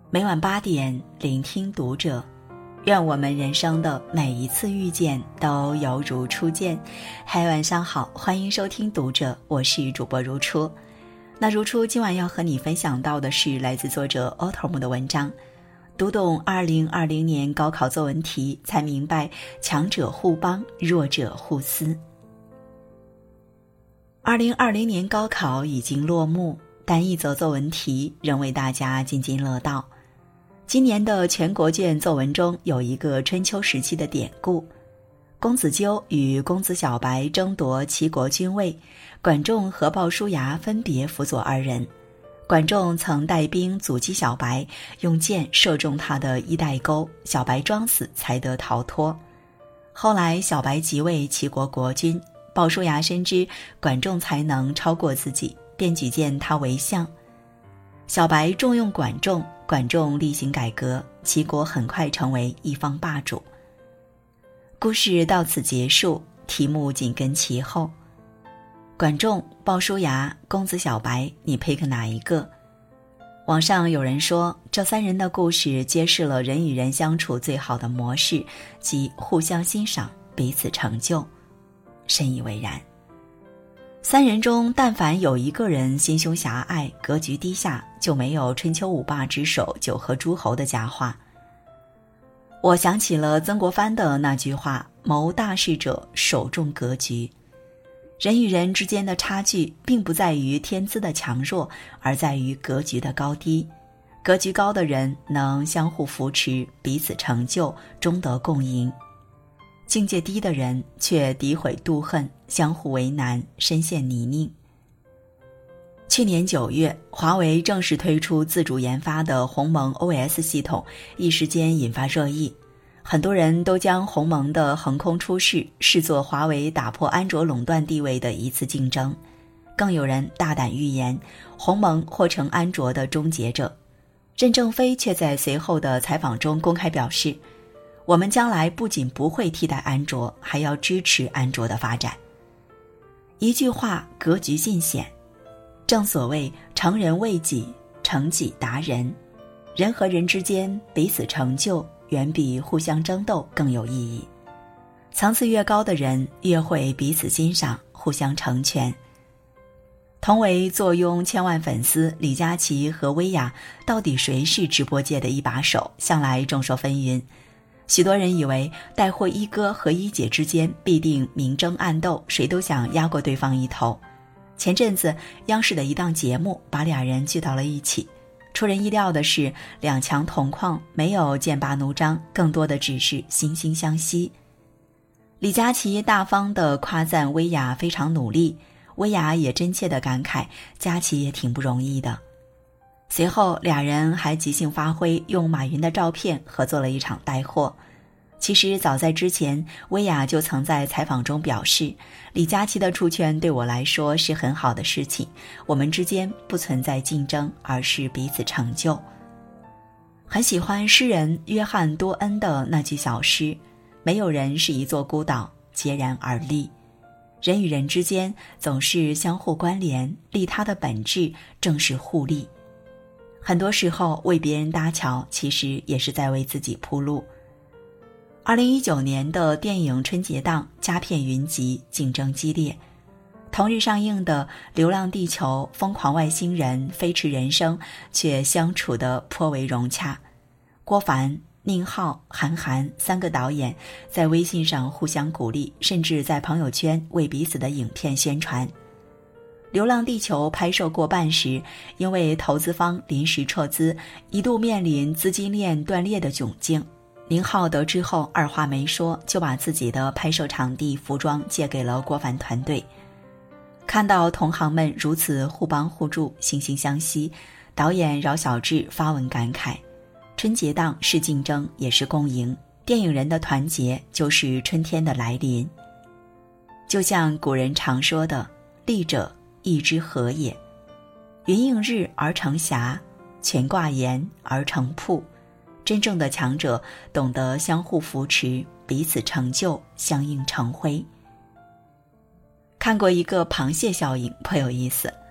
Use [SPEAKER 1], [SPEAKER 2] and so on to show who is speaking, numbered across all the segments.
[SPEAKER 1] 每晚8点，聆听读者。愿我们人生的每一次遇见都犹如初见。嗨，晚上好，欢迎收听读者，我是主播如初。那如初今晚要和你分享到的是来自作者 Autumn 的文章，读懂2020年高考作文题，才明白强者互帮，弱者互撕。2020年高考已经落幕，但一则作文题仍为大家津津乐道。今年的全国卷作文中有一个春秋时期的典故，公子纠与公子小白争夺齐国君位，管仲和鲍叔牙分别辅佐二人。管仲曾带兵阻击小白，用箭射中他的衣带钩，小白装死才得逃脱。后来小白即位齐国国君，鲍叔牙深知管仲才能超过自己，便举荐他为相。小白重用管仲，管仲厉行改革，齐国很快成为一方霸主。故事到此结束，题目紧跟其后。管仲、鲍叔牙、公子小白，你pick哪一个？网上有人说，这三人的故事揭示了人与人相处最好的模式，即互相欣赏，彼此成就。深以为然。三人中但凡有一个人心胸狭隘，格局低下，就没有春秋五霸之首九合诸侯的佳话。我想起了曾国藩的那句话，谋大事者首重格局。人与人之间的差距并不在于天资的强弱，而在于格局的高低。格局高的人能相互扶持，彼此成就，终得共赢。境界低的人却诋毁妒恨，相互为难，深陷泥泞。去年9月，华为正式推出自主研发的鸿蒙 OS 系统，一时间引发热议。很多人都将鸿蒙的横空出世视作华为打破安卓垄断地位的一次竞争，更有人大胆预言鸿蒙或成安卓的终结者。任正非却在随后的采访中公开表示，我们将来不仅不会替代安卓，还要支持安卓的发展。一句话，格局尽显。正所谓成人为己，成己达人。人和人之间彼此成就，远比互相争斗更有意义。层次越高的人，越会彼此欣赏，互相成全。同为坐拥千万粉丝，李佳琦和薇娅到底谁是直播界的一把手，向来众说纷纭。许多人以为带货一哥和一姐之间必定明争暗斗，谁都想压过对方一头。前阵子央视的一档节目把俩人聚到了一起，出人意料的是，两强同框，没有剑拔弩张，更多的只是惺惺相惜。李佳琦大方地夸赞薇娅非常努力，薇娅也真切地感慨佳琦也挺不容易的。随后俩人还即兴发挥，用马云的照片合作了一场带货。其实早在之前，薇娅就曾在采访中表示，李佳琦的出圈对我来说是很好的事情，我们之间不存在竞争，而是彼此成就。很喜欢诗人约翰多恩的那句小诗，没有人是一座孤岛，孑然而立。人与人之间总是相互关联，利他的本质正是互利。很多时候为别人搭桥，其实也是在为自己铺路。2019年的电影春节档佳片云集，竞争激烈。同日上映的《流浪地球》《疯狂外星人》《飞驰人生》却相处得颇为融洽。郭帆、宁浩、韩寒3个导演在微信上互相鼓励，甚至在朋友圈为彼此的影片宣传。流浪地球拍摄过半时，因为投资方临时撤资，一度面临资金链断裂的窘境。宁浩得知后二话没说，就把自己的拍摄场地、服装借给了郭帆团队。看到同行们如此互帮互助、惺惺相惜，导演饶晓志发文感慨，春节档是竞争也是共赢，电影人的团结就是春天的来临。就像古人常说的，利者义之和也，云映日而成霞，泉挂岩而成瀑。真正的强者懂得相互扶持，彼此成就，相映成辉。看过一个螃蟹效应，颇有意思。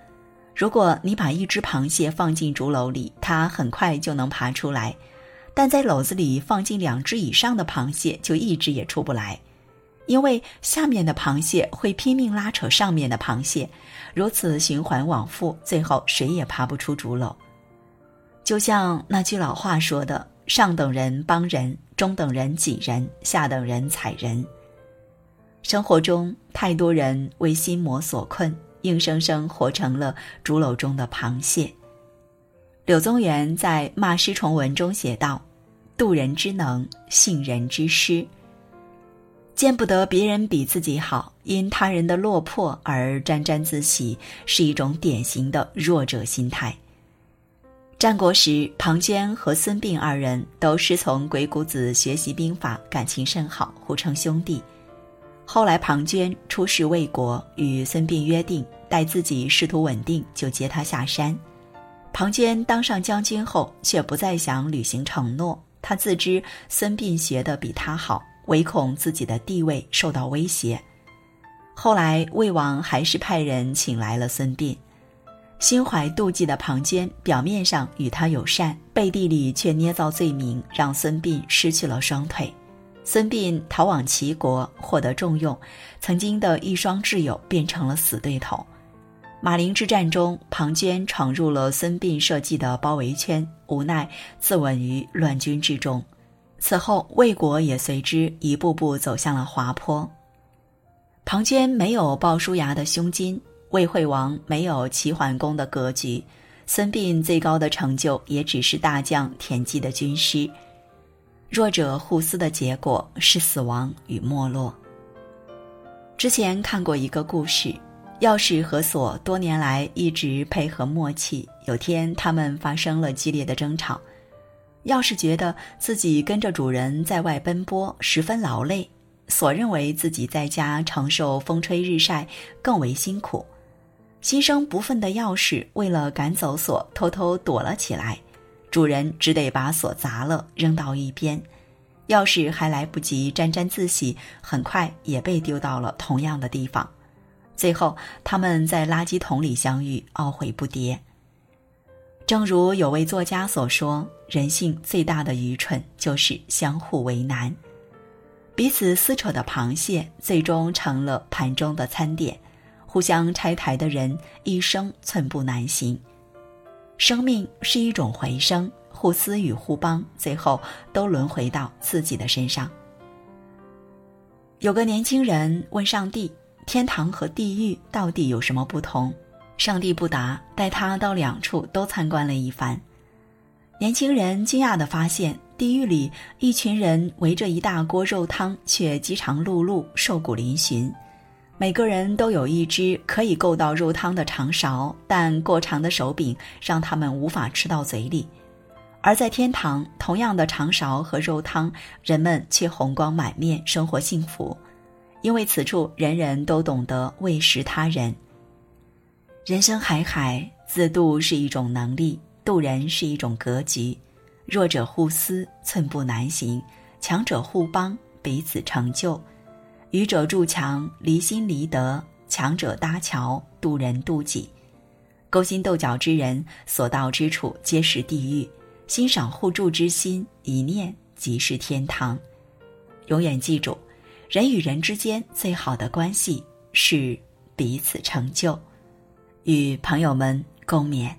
[SPEAKER 1] 如果你把一只螃蟹放进竹篓里，它很快就能爬出来，但在篓子里放进2只以上的螃蟹，就一只也出不来，因为下面的螃蟹会拼命拉扯上面的螃蟹，如此循环往复，最后谁也爬不出竹篓。就像那句老话说的，上等人帮人，中等人挤人，下等人踩人。生活中太多人为心魔所困，硬生生活成了竹篓中的螃蟹。柳宗元在《骂师重文》中写道：度人之能，信人之师。见不得别人比自己好，因他人的落魄而沾沾自喜，是一种典型的弱者心态。战国时，庞涓和孙膑2人都师从鬼谷子学习兵法，感情甚好，互称兄弟。后来庞涓出使魏国，与孙膑约定，待自己仕途稳定就接他下山。庞涓当上将军后，却不再想履行承诺，他自知孙膑学得比他好，唯恐自己的地位受到威胁。后来魏王还是派人请来了孙膑，心怀妒忌的庞涓表面上与他友善，背地里却捏造罪名，让孙膑失去了双腿。孙膑逃往齐国，获得重用，曾经的一双挚友变成了死对头。马陵之战中，庞涓闯入了孙膑设计的包围圈，无奈自刎于乱军之中。此后魏国也随之一步步走向了滑坡。庞涓没有鲍叔牙的胸襟，魏惠王没有齐桓公的格局，孙膑最高的成就也只是大将田忌的军师。弱者互撕的结果是死亡与没落。之前看过一个故事，钥匙和锁多年来一直配合默契，有天他们发生了激烈的争吵。钥匙觉得自己跟着主人在外奔波，十分劳累，锁认为自己在家承受风吹日晒更为辛苦。心生不忿的钥匙为了赶走锁，偷偷躲了起来，主人只得把锁砸了，扔到一边。钥匙还来不及沾沾自喜，很快也被丢到了同样的地方。最后他们在垃圾桶里相遇，懊悔不迭。正如有位作家所说，人性最大的愚蠢就是相互为难。彼此撕扯的螃蟹最终成了盘中的餐点，互相拆台的人一生寸步难行。生命是一种回声，互撕与互帮，最后都轮回到自己的身上。有个年轻人问上帝，天堂和地狱到底有什么不同？上帝不答，带他到2处都参观了一番。年轻人惊讶地发现，地狱里一群人围着一大锅肉汤，却饥肠辘辘，瘦骨嶙峋。每个人都有一只可以够到肉汤的长勺，但过长的手柄让他们无法吃到嘴里。而在天堂，同样的长勺和肉汤，人们却红光满面，生活幸福。因为此处人人都懂得喂食他人。人生海海，自渡是一种能力，渡人是一种格局。弱者互撕，寸步难行；强者互帮，彼此成就。愚者筑墙，离心离德；强者搭桥，渡人渡己。勾心斗角之人，所到之处皆是地狱；欣赏互助之心，一念即是天堂。永远记住，人与人之间最好的关系是彼此成就。与朋友们共勉。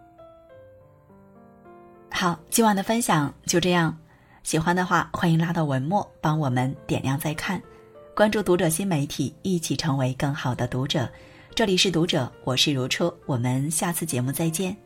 [SPEAKER 1] 好，今晚的分享就这样，喜欢的话欢迎拉到文末帮我们点亮再看，关注读者新媒体，一起成为更好的读者。这里是读者，我是如初，我们下次节目再见。